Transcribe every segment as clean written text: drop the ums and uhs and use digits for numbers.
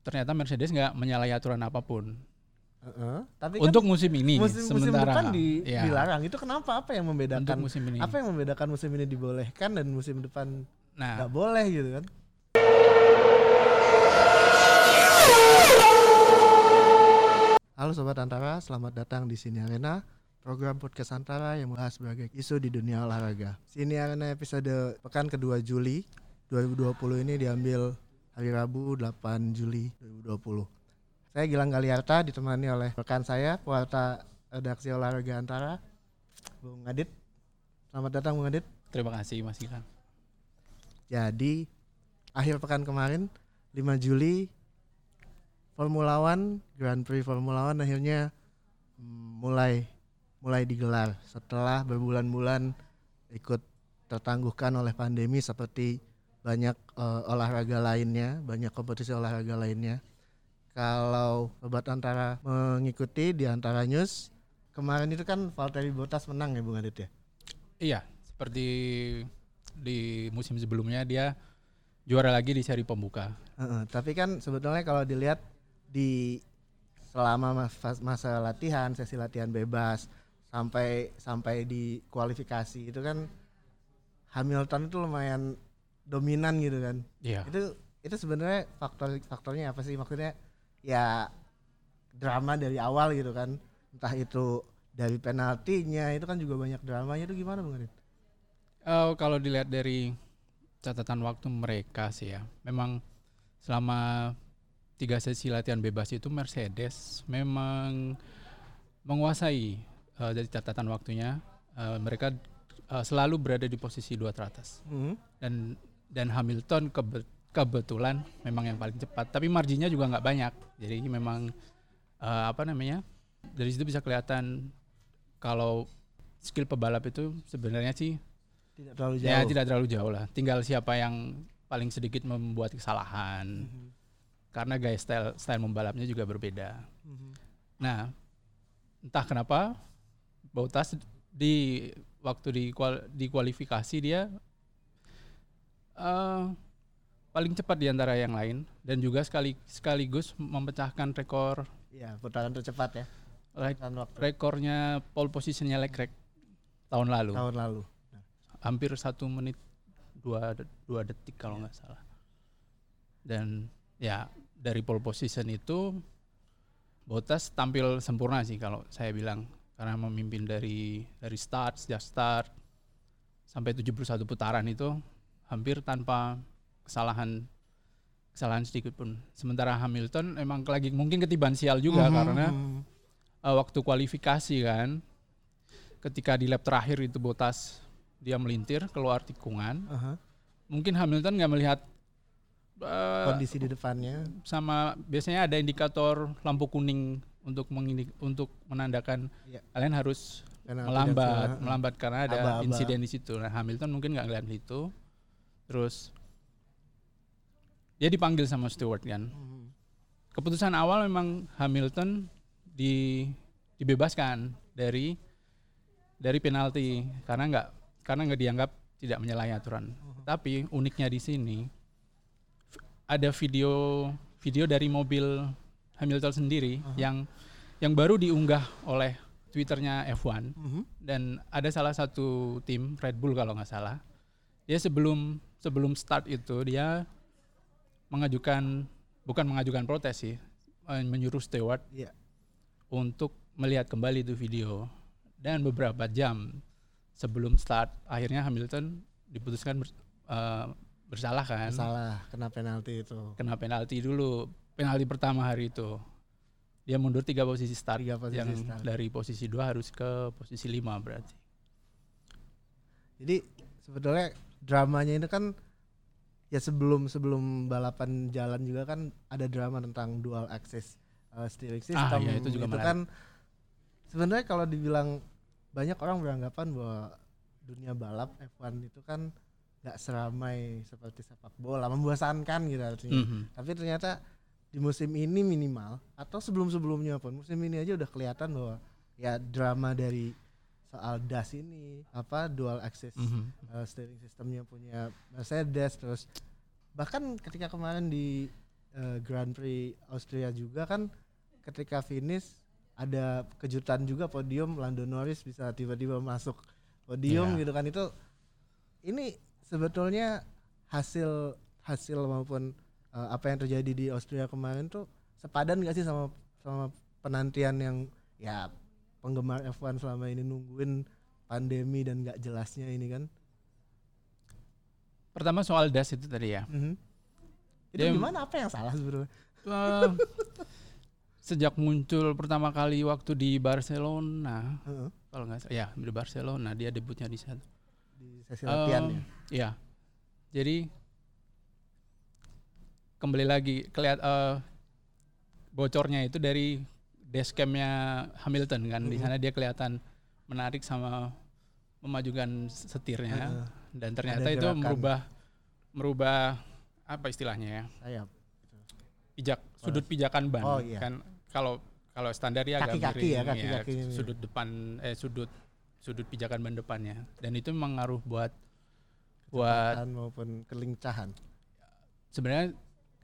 ternyata Mercedes nggak menyalahi aturan apapun. Tapi untuk kan musim ini musim sementara depan dilarang. Itu kenapa? Apa yang membedakan? Untuk musim ini. Apa yang membedakan musim ini dibolehkan dan musim depan nggak Nah, boleh gitu kan? Halo Sobat Antara, selamat datang di Sini Arena, program podcast Antara yang membahas berbagai isu di dunia olahraga. Sini Arena episode pekan kedua Juli 2020 ini diambil hari Rabu 8 Juli 2020. Saya Gilang Galiarta ditemani oleh rekan saya, pewarta redaksi olahraga Antara, Bung Adit. Selamat datang Bung Adit. terima kasih Mas Gilang. Jadi akhir pekan kemarin 5 Juli Formula One, Grand Prix Formula One akhirnya mulai digelar setelah berbulan-bulan ikut tertangguhkan oleh pandemi seperti banyak olahraga lainnya, banyak kompetisi olahraga lainnya. Kalau Sobat Antara mengikuti di Antara News, kemarin itu kan Valtteri Bottas menang ya Bung Adit ya? Iya, seperti di musim sebelumnya dia juara lagi di seri pembuka. Tapi kan sebetulnya kalau dilihat di selama masa latihan, sesi latihan bebas sampai di kualifikasi itu kan Hamilton itu lumayan dominan gitu kan. Iya. Itu sebenarnya faktornya apa sih? Maksudnya ya drama dari awal gitu kan. Entah itu dari penaltinya, itu kan juga banyak dramanya. Itu gimana Bung Adit? Kalau dilihat dari catatan waktu mereka sih ya, memang selama 3 sesi latihan bebas itu Mercedes memang menguasai dari catatan waktunya. Mereka selalu berada di posisi 2 teratas. Dan Hamilton kebetulan memang yang paling cepat, tapi marginnya juga nggak banyak. Jadi memang dari situ bisa kelihatan kalau skill pebalap itu sebenarnya sih tidak terlalu jauh. Ya tidak terlalu jauh lah. Tinggal siapa yang paling sedikit membuat kesalahan. Karena gaya style membalapnya juga berbeda. Nah, entah kenapa Bottas waktu di kualifikasi dia paling cepat di antara yang lain dan juga sekaligus memecahkan rekor. Iya, putaran tercepat ya. Rekornya pole positionnya Leclerc tahun lalu. Nah. Hampir 1 menit 2 detik kalau nggak salah. Dan ya dari pole position itu Bottas tampil sempurna sih kalau saya bilang, karena memimpin dari sejak start sampai 71 putaran itu hampir tanpa kesalahan sedikit pun. Sementara Hamilton emang lagi mungkin ketiban sial juga karena waktu kualifikasi kan, ketika di lap terakhir itu Bottas dia melintir keluar tikungan. Mungkin Hamilton nggak melihat kondisi di depannya. Sama biasanya ada indikator lampu kuning untuk menandakan kalian harus melambat karena ada insiden di situ. Nah, Hamilton mungkin nggak ngeliat itu. Terus dia dipanggil sama Stewart kan. Keputusan awal memang Hamilton dibebaskan dari penalti karena nggak dianggap tidak menyalahi aturan. Tapi uniknya di sini ada video dari mobil Hamilton sendiri yang baru diunggah oleh Twitternya F1 dan ada salah satu tim Red Bull kalau nggak salah, dia sebelum start itu dia bukan mengajukan protes sih, menyuruh Stewart untuk melihat kembali itu video, dan beberapa jam sebelum start akhirnya Hamilton diputuskan bersalah kan. Kena penalti dulu. Penalti pertama hari itu. Dia mundur 3 posisi start. Dari posisi 2 harus ke posisi 5 berarti. Jadi sebetulnya dramanya itu kan ya sebelum balapan jalan juga kan ada drama tentang dual axis steering system. Ya, itu juga kan sebenarnya kalau dibilang, banyak orang beranggapan bahwa dunia balap F1 itu kan gak seramai seperti sepak bola, membosankan gitu artinya. Tapi ternyata di musim ini minimal, atau sebelum-sebelumnya pun, musim ini aja udah kelihatan bahwa ya drama dari soal DAS ini, dual axis steering systemnya punya Mercedes. Terus bahkan ketika kemarin di Grand Prix Austria juga kan ketika finish ada kejutan juga podium, Lando Norris bisa tiba-tiba masuk podium gitu kan. Itu ini sebetulnya hasil maupun apa yang terjadi di Austria kemarin tuh sepadan gak sih sama penantian yang ya penggemar F1 selama ini nungguin pandemi dan gak jelasnya ini kan. Pertama soal das itu tadi ya. Itu gimana, apa yang salah sebenarnya? Sejak muncul pertama kali waktu di Barcelona, kalau nggak salah, ya di Barcelona dia debutnya di sana. Di sesi latihan ya. Iya. Jadi kembali lagi bocornya itu dari dashcamnya Hamilton kan. Di sana dia kelihatan menarik sama memajukan setirnya dan ternyata itu merubah apa istilahnya ya? Sayap. Sudut pijakan ban kan. Kalau standar ya agak miring kaki-kaki sudut depan sudut pijakan ban depannya, dan itu memang ngaruh buat maupun kelincahan. Sebenarnya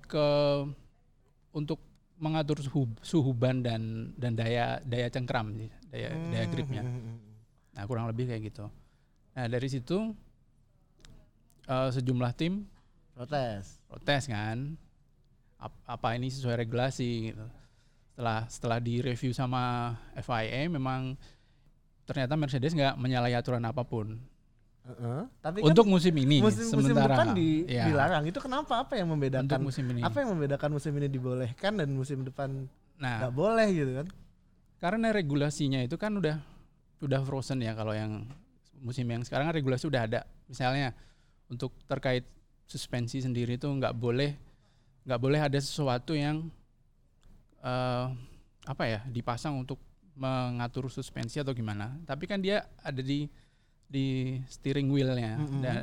untuk mengatur suhu ban dan daya cengkram sih, daya gripnya. Nah, kurang lebih kayak gitu. Nah, dari situ sejumlah tim protes kan. Apa ini sesuai regulasi gitu. Setelah direview sama FIA memang ternyata Mercedes nggak menyalahi aturan apapun. Tapi untuk kan musim ini sementara musim depan dilarang. Itu kenapa? Apa yang membedakan untuk musim ini? Apa yang membedakan musim ini dibolehkan dan musim depan nggak boleh gitu kan? Karena regulasinya itu kan udah frozen ya. Kalau yang musim yang sekarang kan regulasi udah ada. Misalnya untuk terkait suspensi sendiri itu nggak boleh ada sesuatu yang dipasang untuk mengatur suspensi atau gimana. Tapi kan dia ada di steering wheelnya.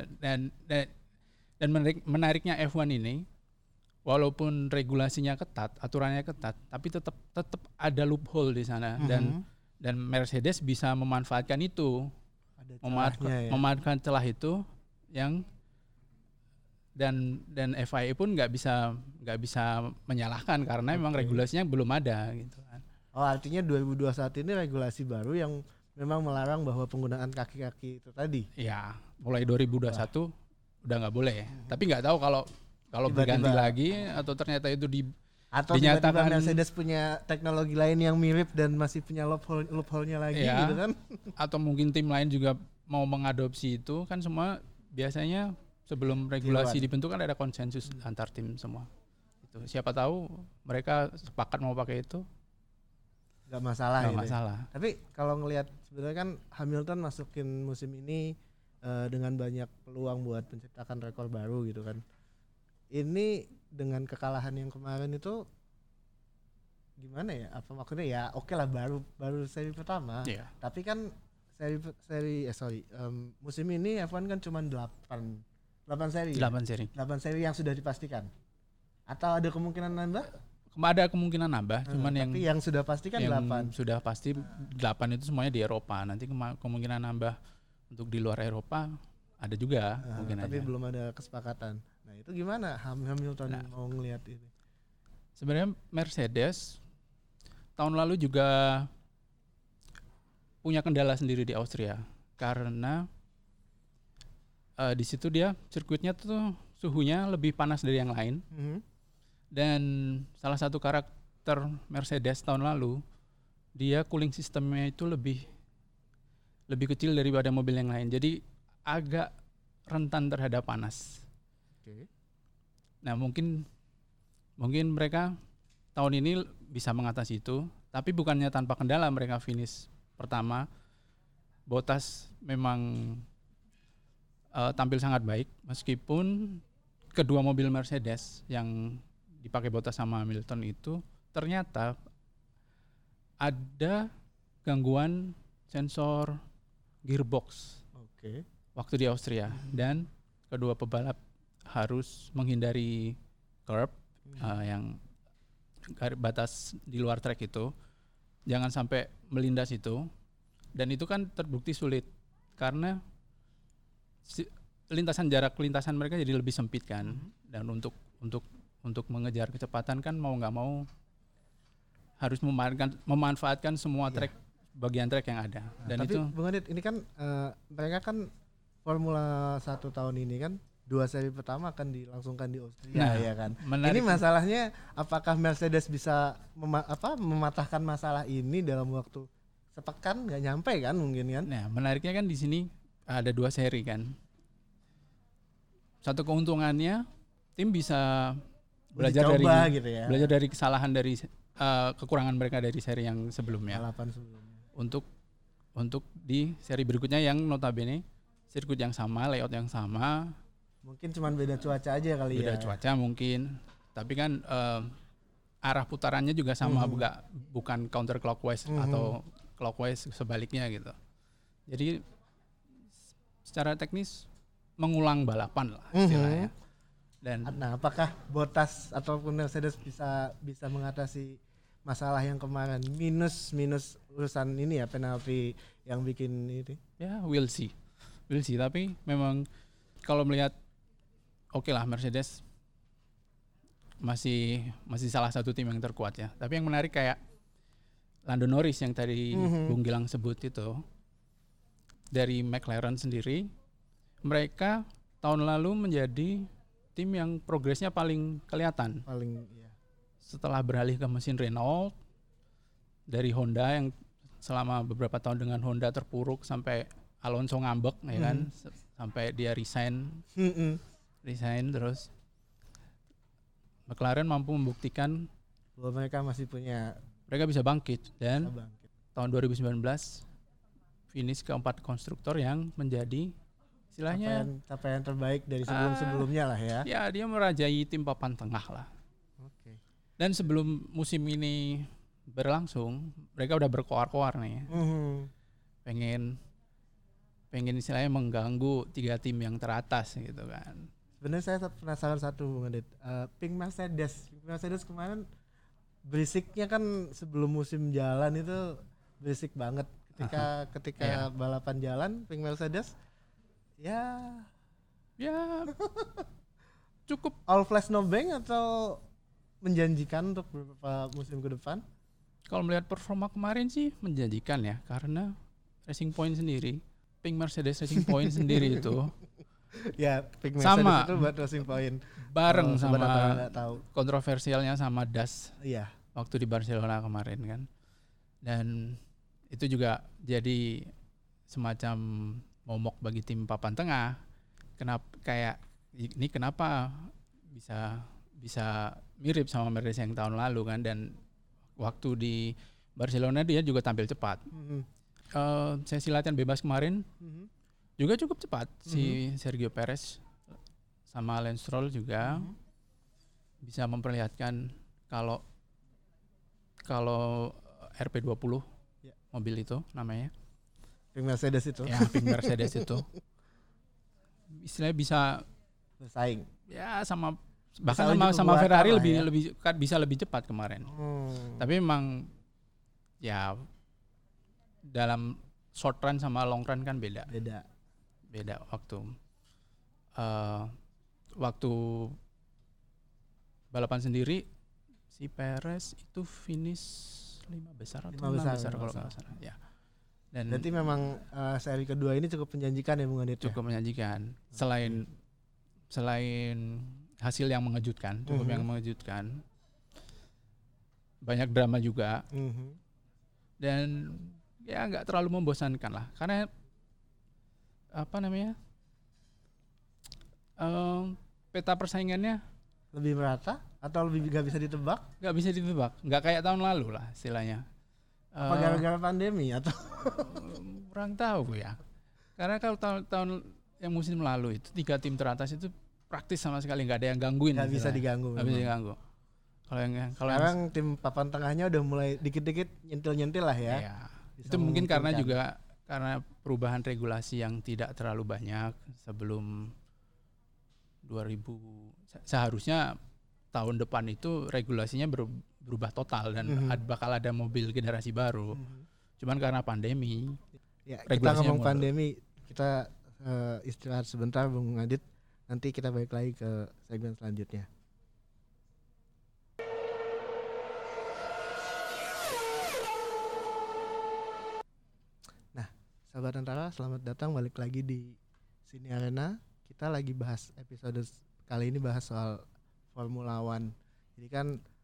Dan menariknya F1 ini, walaupun regulasinya ketat, aturannya ketat, tapi tetap ada loophole di sana. Dan Mercedes bisa memanfaatkan itu, memanfaatkan celah itu yang dan FIA pun nggak bisa menyalahkan karena memang regulasinya belum ada gitu kan. Oh, artinya 2021 ini regulasi baru yang memang melarang bahwa penggunaan kaki-kaki itu tadi. Ya, mulai 2021 udah nggak boleh. Tapi nggak tahu kalau berganti lagi atau ternyata itu dinyatakan tiba-tiba Mercedes punya teknologi lain yang mirip dan masih punya loophole-nya lagi gitu kan. Atau mungkin tim lain juga mau mengadopsi itu kan. Semua biasanya sebelum regulasi dibentuk kan ada konsensus antar tim semua. Itu siapa tahu mereka sepakat mau pakai itu. Gak masalah. Masalah. Tapi kalau ngelihat sebenarnya kan Hamilton masukin musim ini dengan banyak peluang buat menciptakan rekor baru gitu kan. Ini dengan kekalahan yang kemarin itu gimana ya? Apa maksudnya ya oke lah baru seri pertama. Yeah. Tapi kan musim ini F1 kan cuma 8 seri. 8 seri yang sudah dipastikan. Atau ada kemungkinan nambah? Ada kemungkinan nambah, cuman tapi yang sudah pasti kan 8. Sudah pasti 8 itu semuanya di Eropa. Nanti kemungkinan nambah untuk di luar Eropa ada juga mungkin tapi aja. Belum ada kesepakatan. Nah, itu gimana Hamilton mau ngelihat ini? Sebenarnya Mercedes tahun lalu juga punya kendala sendiri di Austria karena di situ dia sirkuitnya tuh suhunya lebih panas dari yang lain. Dan salah satu karakter Mercedes tahun lalu, dia cooling sistemnya itu lebih kecil daripada mobil yang lain. Jadi agak rentan terhadap panas. Nah, mungkin mereka tahun ini bisa mengatasi itu, tapi bukannya tanpa kendala mereka finish pertama. Bottas memang tampil sangat baik meskipun kedua mobil Mercedes yang dipakai Bottas sama Hamilton itu ternyata ada gangguan sensor gearbox waktu di Austria, dan kedua pebalap harus menghindari curb yang batas di luar track itu, jangan sampai melindas itu, dan itu kan terbukti sulit karena jarak lintasan mereka jadi lebih sempit kan, dan untuk untuk mengejar kecepatan kan mau nggak mau harus memanfaatkan semua track bagian track yang ada. Dan tapi itu Bung Adit, ini kan mereka kan Formula 1 tahun ini kan 2 seri pertama akan dilangsungkan di Austria ya kan. Ini masalahnya apakah Mercedes bisa mematahkan masalah ini dalam waktu sepekan, nggak nyampe kan mungkin kan. Nah, menariknya kan di sini ada 2 seri kan. Satu keuntungannya tim bisa belajar dari kesalahan dari kekurangan mereka dari seri yang sebelumnya. Balapan sebelumnya. Untuk di seri berikutnya yang notabene sirkuit yang sama, layout yang sama. Mungkin cuma beda cuaca aja kali beda ya. Beda cuaca mungkin. Tapi kan arah putarannya juga sama, bukan counter clockwise atau clockwise sebaliknya gitu. Jadi secara teknis mengulang balapan lah istilahnya. Dan apakah Bottas ataupun Mercedes bisa mengatasi masalah yang kemarin minus urusan ini ya, penalti yang bikin ini? Ya, we'll see. Tapi memang kalau melihat oke lah, Mercedes masih salah satu tim yang terkuat ya. Tapi yang menarik kayak Lando Norris yang tadi Bung Gilang sebut itu, dari McLaren sendiri, mereka tahun lalu menjadi tim yang progresnya paling kelihatan. Setelah beralih ke mesin Renault, dari Honda yang selama beberapa tahun dengan Honda terpuruk sampai Alonso ngambek ya kan, sampai dia resign terus McLaren mampu membuktikan bahwa mereka bisa bangkit, dan tahun 2019 finish keempat konstruktor yang menjadi istilahnya capaian terbaik dari sebelum-sebelumnya lah ya. Ya, dia merajai tim papan tengah lah. Dan sebelum musim ini berlangsung, mereka udah berkoar-koar nih. Pengen istilahnya mengganggu 3 tim yang teratas gitu kan. Sebenarnya saya penasaran satu, Bung Adit. Pink Mercedes kemarin berisiknya kan sebelum musim jalan itu berisik banget. Ketika balapan jalan, Pink Mercedes ya cukup all flash no bang atau menjanjikan untuk beberapa musim ke depan. Kalau melihat performa kemarin sih menjanjikan ya, karena Racing Point sendiri, Pink Mercedes Racing Point sendiri itu ya, Pink Mercedes sama, itu buat Racing Point bareng sama kontroversialnya sama Das waktu di Barcelona kemarin kan. Dan itu juga jadi semacam momok bagi tim papan tengah. Kenapa bisa mirip sama Mercedes yang tahun lalu kan. Dan waktu di Barcelona dia juga tampil cepat. Sesi latihan bebas kemarin juga cukup cepat. Si Sergio Perez sama Lance Stroll juga bisa memperlihatkan kalau RP20 mobil itu namanya, Pink Mercedes itu. Ya, Pink Mercedes itu istilahnya bisa bersaing. Ya, bahkan sama Ferrari bisa lebih cepat kemarin. Tapi memang ya dalam short run sama long run kan beda waktu balapan sendiri si Perez itu finish 5 besar atau 6 besar kalau nggak salah ya. Dan berarti memang seri kedua ini cukup menjanjikan ya Bung Adit. Cukup menjanjikan. Selain hasil yang mengejutkan, yang mengejutkan. Banyak drama juga. Dan ya nggak terlalu membosankan lah, karena peta persaingannya lebih merata atau lebih nggak bisa ditebak? Nggak bisa ditebak, nggak kayak tahun lalu lah istilahnya. Apa gara-gara pandemi atau? Kurang tahu ya. Karena kalau tahun yang musim lalu itu 3 tim teratas itu praktis sama sekali nggak ada yang gangguin. Nggak bisa diganggu. Kalau sekarang tim papan tengahnya udah mulai dikit-dikit nyentil-nyentil lah ya. Iya. Itu mungkin karena perubahan regulasi yang tidak terlalu banyak sebelum 2000. Seharusnya tahun depan itu regulasinya berubah total dan bakal ada mobil generasi baru. Cuman karena pandemi. Ya, kita ngomong pandemi, kita istirahat sebentar Bung Adit. Nanti kita balik lagi ke segmen selanjutnya. Sahabat Antara, selamat datang balik lagi di Sini Arena. Kita lagi bahas episode kali ini bahas soal Formula One. Jadi kan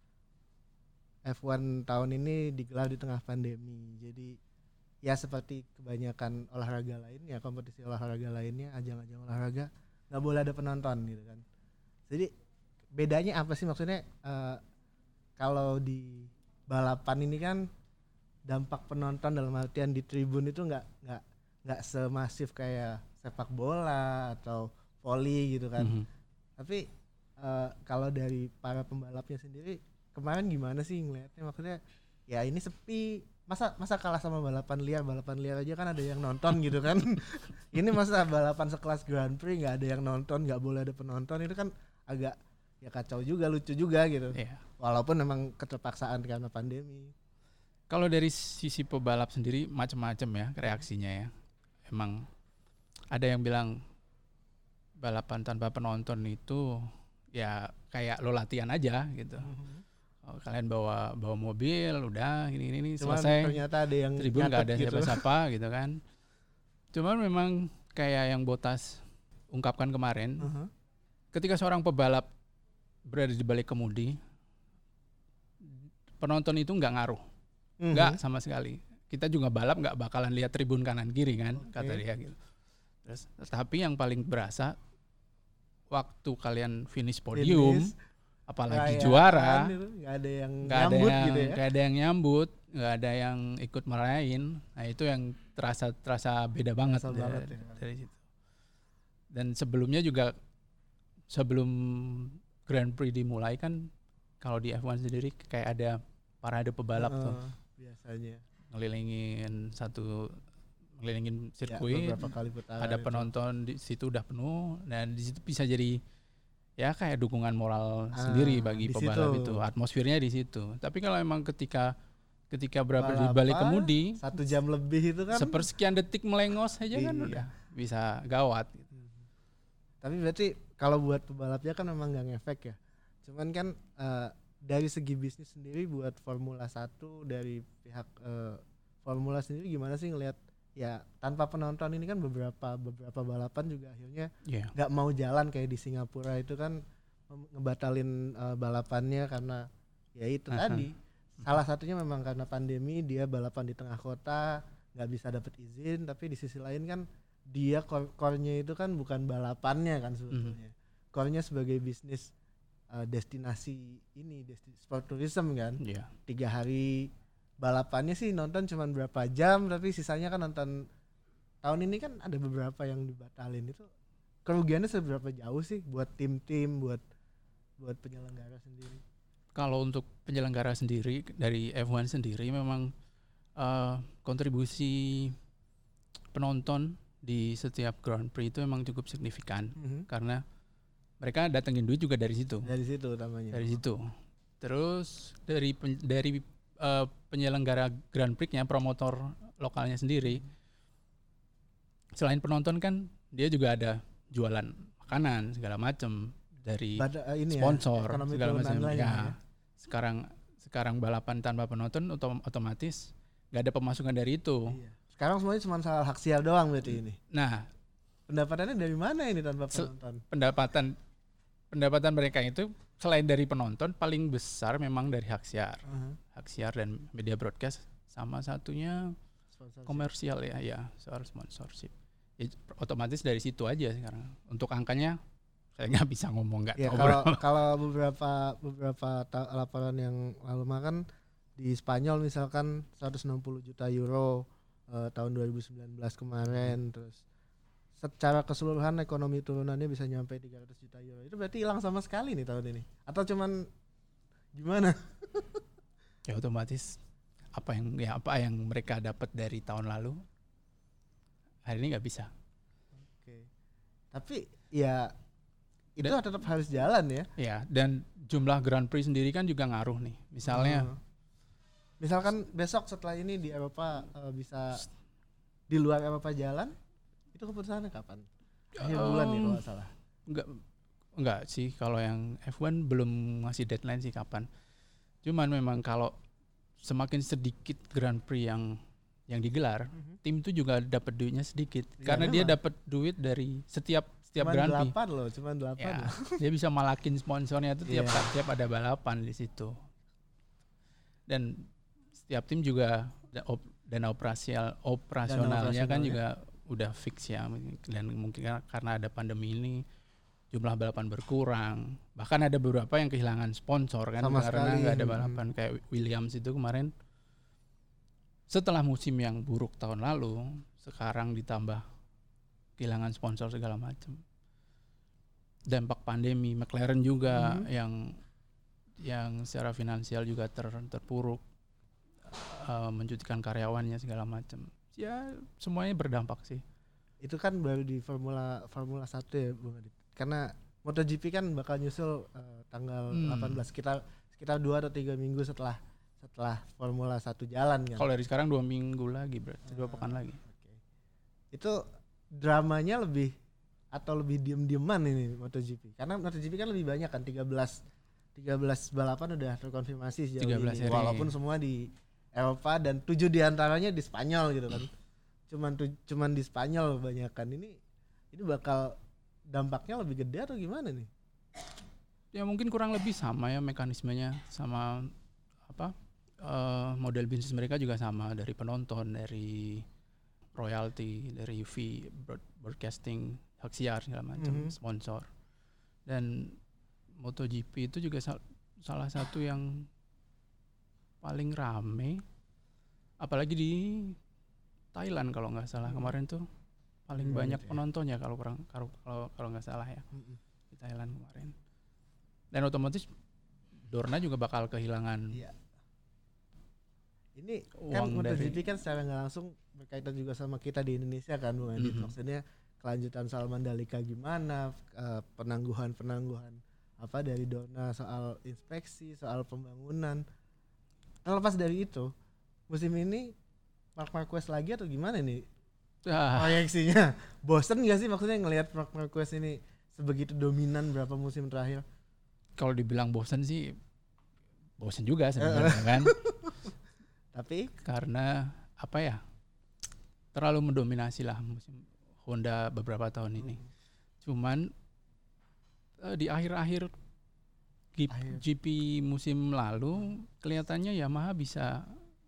F1 tahun ini digelar di tengah pandemi. Jadi ya seperti kebanyakan olahraga lainnya, kompetisi olahraga lainnya, ajang-ajang olahraga nggak boleh ada penonton gitu kan. Jadi bedanya apa sih maksudnya? Kalau di balapan ini kan dampak penonton dalam artian di tribun itu nggak semasif kayak sepak bola atau voli gitu kan. Tapi kalau dari para pembalapnya sendiri kemarin gimana sih ngelihatnya? Maksudnya ya ini sepi, masa kalah sama balapan liar aja kan ada yang nonton gitu kan. Ini masa balapan sekelas Grand Prix nggak ada yang nonton, nggak boleh ada penonton, itu kan agak ya kacau juga, lucu juga gitu. Walaupun memang keterpaksaan karena pandemi. Kalau dari sisi pebalap sendiri macam-macam ya reaksinya ya. Emang ada yang bilang balapan tanpa penonton itu ya kayak lo latihan aja gitu. Kalian bawa mobil udah ini selesai. Ternyata ada yang tribun nggak ada gitu. siapa-siapa gitu kan. Cuman memang kayak yang Bottas ungkapkan kemarin, ketika seorang pebalap berada di balik kemudi, penonton itu nggak ngaruh. Enggak sama sekali. Kita juga balap nggak bakalan lihat tribun kanan kiri kan, kata dia gitu. Terus tapi yang paling berasa waktu kalian finish podium, apalagi juara, nggak ada yang nyambut gitu ya. Nggak ada yang nyambut, nggak ada yang ikut merayain. Nah itu yang terasa beda banget dari situ. Dan sebelumnya juga sebelum Grand Prix dimulai kan, kalau di F1 sendiri kayak ada parade pebalap tuh. Biasanya ngelilingin sirkuit, ada penonton di situ udah penuh, dan di situ bisa jadi ya kayak dukungan moral sendiri bagi pebalap itu, atmosfernya di situ. Tapi kalau emang ketika berapa di balik kemudi 1 jam lebih itu kan sepersekian detik melengos aja kan udah bisa gawat gitu. Tapi berarti kalau buat pebalapnya kan memang nggak ngefek ya. Cuman kan dari segi bisnis sendiri buat Formula 1 dari pihak Formula sendiri gimana sih ngelihat ya tanpa penonton ini kan beberapa balapan juga akhirnya nggak mau jalan kayak di Singapura itu kan ngebatalin balapannya karena ya itu tadi salah satunya memang karena pandemi, dia balapan di tengah kota nggak bisa dapat izin. Tapi di sisi lain kan dia core-nya itu kan bukan balapannya kan sebetulnya, core-nya sebagai bisnis destinasi ini, sport tourism kan. 3 hari balapannya sih nonton cuma berapa jam, tapi sisanya kan nonton. Tahun ini kan ada beberapa yang dibatalin, itu kerugiannya seberapa jauh sih buat tim-tim, buat penyelenggara sendiri? Kalau untuk penyelenggara sendiri dari F1 sendiri memang kontribusi penonton di setiap Grand Prix itu memang cukup signifikan, karena mereka datengin duit juga dari situ. Dari situ. Terus dari penyelenggara Grand Prix-nya, promotor lokalnya sendiri, selain penonton kan dia juga ada jualan makanan segala macam dari sponsor segala macam. Sekarang balapan tanpa penonton otomatis nggak ada pemasukan dari itu. Sekarang semuanya cuma soal hak siar doang berarti ini. Nah, pendapatannya dari mana ini tanpa penonton? Pendapatan mereka itu selain dari penonton paling besar memang dari hak siar. Hak siar dan media broadcast, sama satunya komersial ya soal sponsorship. Ya, otomatis dari situ aja sekarang. Untuk angkanya saya nggak bisa ngomong, nggak tahu. Kalau beberapa laporan yang lalu kan di Spanyol misalkan 160 juta euro tahun 2019 kemarin, terus secara keseluruhan ekonomi turunannya bisa nyampe 300 juta euro. Itu berarti hilang sama sekali nih tahun ini. Atau cuman gimana? Ya otomatis apa yang mereka dapat dari tahun lalu hari ini nggak bisa. Oke. Tapi ya itu tetap harus jalan ya. Ya, dan jumlah Grand Prix sendiri kan juga ngaruh nih. Misalkan besok setelah ini di Eropa bisa di luar Eropa jalan, itu keputusannya kapan? Akhir bulan ya kalau nggak salah. Enggak sih, kalau yang F1 belum ngasih deadline sih kapan. Cuman memang kalau semakin sedikit Grand Prix yang yang digelar, tim itu juga dapat duitnya sedikit Ya, karena dia memang. dapat duit dari setiap Cuman Grand Prix. 8 loh, cuman 8 Ya, loh. dia bisa malakin sponsornya itu tiap Iya. tiap ada balapan di situ. Dan setiap tim juga dana operasionalnya kan juga udah fix ya, dan mungkin karena ada pandemi ini jumlah balapan berkurang, bahkan ada beberapa yang kehilangan sponsor kan Sama karena sekali. nggak ada balapan. Kayak Williams itu kemarin setelah musim yang buruk tahun lalu, sekarang ditambah kehilangan sponsor segala macam, dampak pandemi. McLaren juga yang secara finansial juga terpuruk, mencucikan karyawannya segala macam. Ya semuanya berdampak sih. Itu kan baru di Formula 1 ya Bung Adit. Karena MotoGP kan bakal nyusul tanggal 18, sekitar 2 atau 3 minggu setelah Formula 1 jalan kan. Kalau dari sekarang 2 minggu lagi, berarti 2 pekan lagi. Okay. Itu dramanya lebih diem-dieman ini MotoGP. Karena MotoGP kan lebih banyak kan, 13 balapan udah terkonfirmasi sejauh 13 ini. seri. Walaupun semua di Eropa dan 7 diantaranya di Spanyol gitu kan. Cuman di Spanyol kebanyakan. Ini bakal dampaknya lebih gede atau gimana nih? Ya mungkin kurang lebih sama ya mekanismenya, sama model bisnis mereka juga sama, dari penonton, dari royalty, dari fee broadcasting, hak siar segala macam, sponsor. Dan MotoGP itu juga salah satu yang paling rame, apalagi di Thailand kalau nggak salah. Kemarin tuh paling banyak penontonnya kalau nggak salah ya, di Thailand kemarin. Dan otomatis Dorna juga bakal kehilangan. Iya. Ini kan MotoGP kan secara nggak langsung berkaitan juga sama kita di Indonesia kan Bung Adit. Maksudnya kelanjutan soal Mandalika gimana, penangguhan apa dari Dorna soal inspeksi, soal pembangunan. Terlepas dari itu, musim ini Marc Marquez lagi atau gimana nih proyeksinya? Bosen gak sih maksudnya ngelihat Marc Marquez ini sebegitu dominan berapa musim terakhir? Kalau dibilang bosen sih, bosen juga sebenarnya kan. Tapi karena apa ya, terlalu mendominasi lah musim Honda beberapa tahun ini. Cuman di akhir-akhir GP musim lalu kelihatannya Yamaha bisa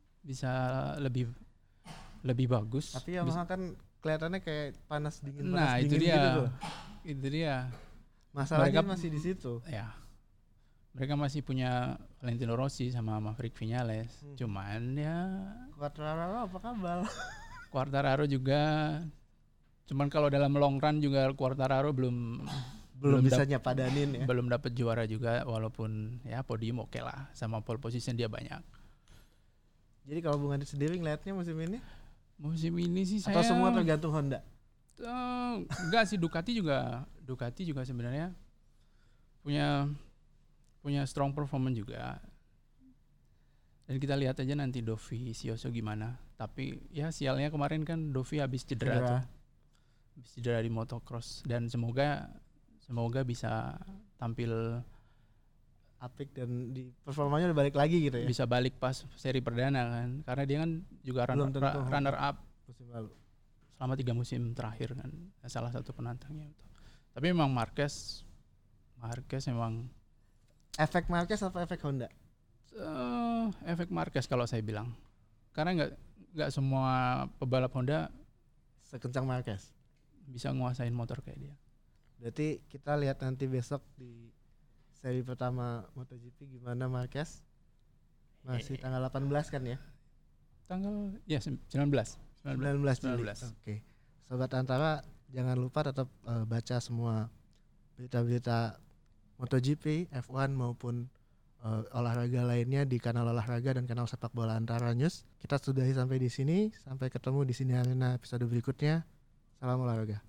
lebih bagus. Tapi Yamaha kan kelihatannya kayak panas dingin itu dingin dia. gitu tuh. Itu dia. Masalahnya masih di situ. Ya. Mereka masih punya Valentino Rossi sama Maverick Viñales. Cuman ya Quartararo apa kabar? Quartararo juga. Cuman kalau dalam long run juga Quartararo belum bisa nyapadanin ya. Belum dapat juara juga, walaupun ya podium oke lah, sama pole position dia banyak. Jadi kalau Bung Adit sendiri ngeliatnya musim ini? Musim ini sih atau semua tergantung Honda? Enggak sih, Ducati juga sebenarnya punya strong performance juga. Dan kita lihat aja nanti Dovizioso gimana. Tapi ya sialnya kemarin kan Dovi habis cedera tuh. Habis cedera di motocross, dan semoga bisa tampil apik dan di performanya udah balik lagi gitu ya. Bisa balik pas seri perdana kan. Karena dia kan juga runner up musim lalu. Selama 3 musim terakhir kan, salah satu penantangnya itu. Tapi memang Marquez memang efek Marquez apa efek Honda? Efek Marquez kalau saya bilang. Karena nggak semua pebalap Honda sekencang Marquez bisa nguasain motor kayak dia. Berarti kita lihat nanti besok di seri pertama MotoGP gimana Marquez. Masih tanggal 18 kan ya? Tanggal 19 Juli. Oke. Sobat Antara, jangan lupa tetap baca semua berita-berita MotoGP, F1 maupun olahraga lainnya di kanal olahraga dan kanal sepak bola Antara News. Kita sudahi sampai di sini. Sampai ketemu di Sini Arena episode berikutnya. Salam olahraga.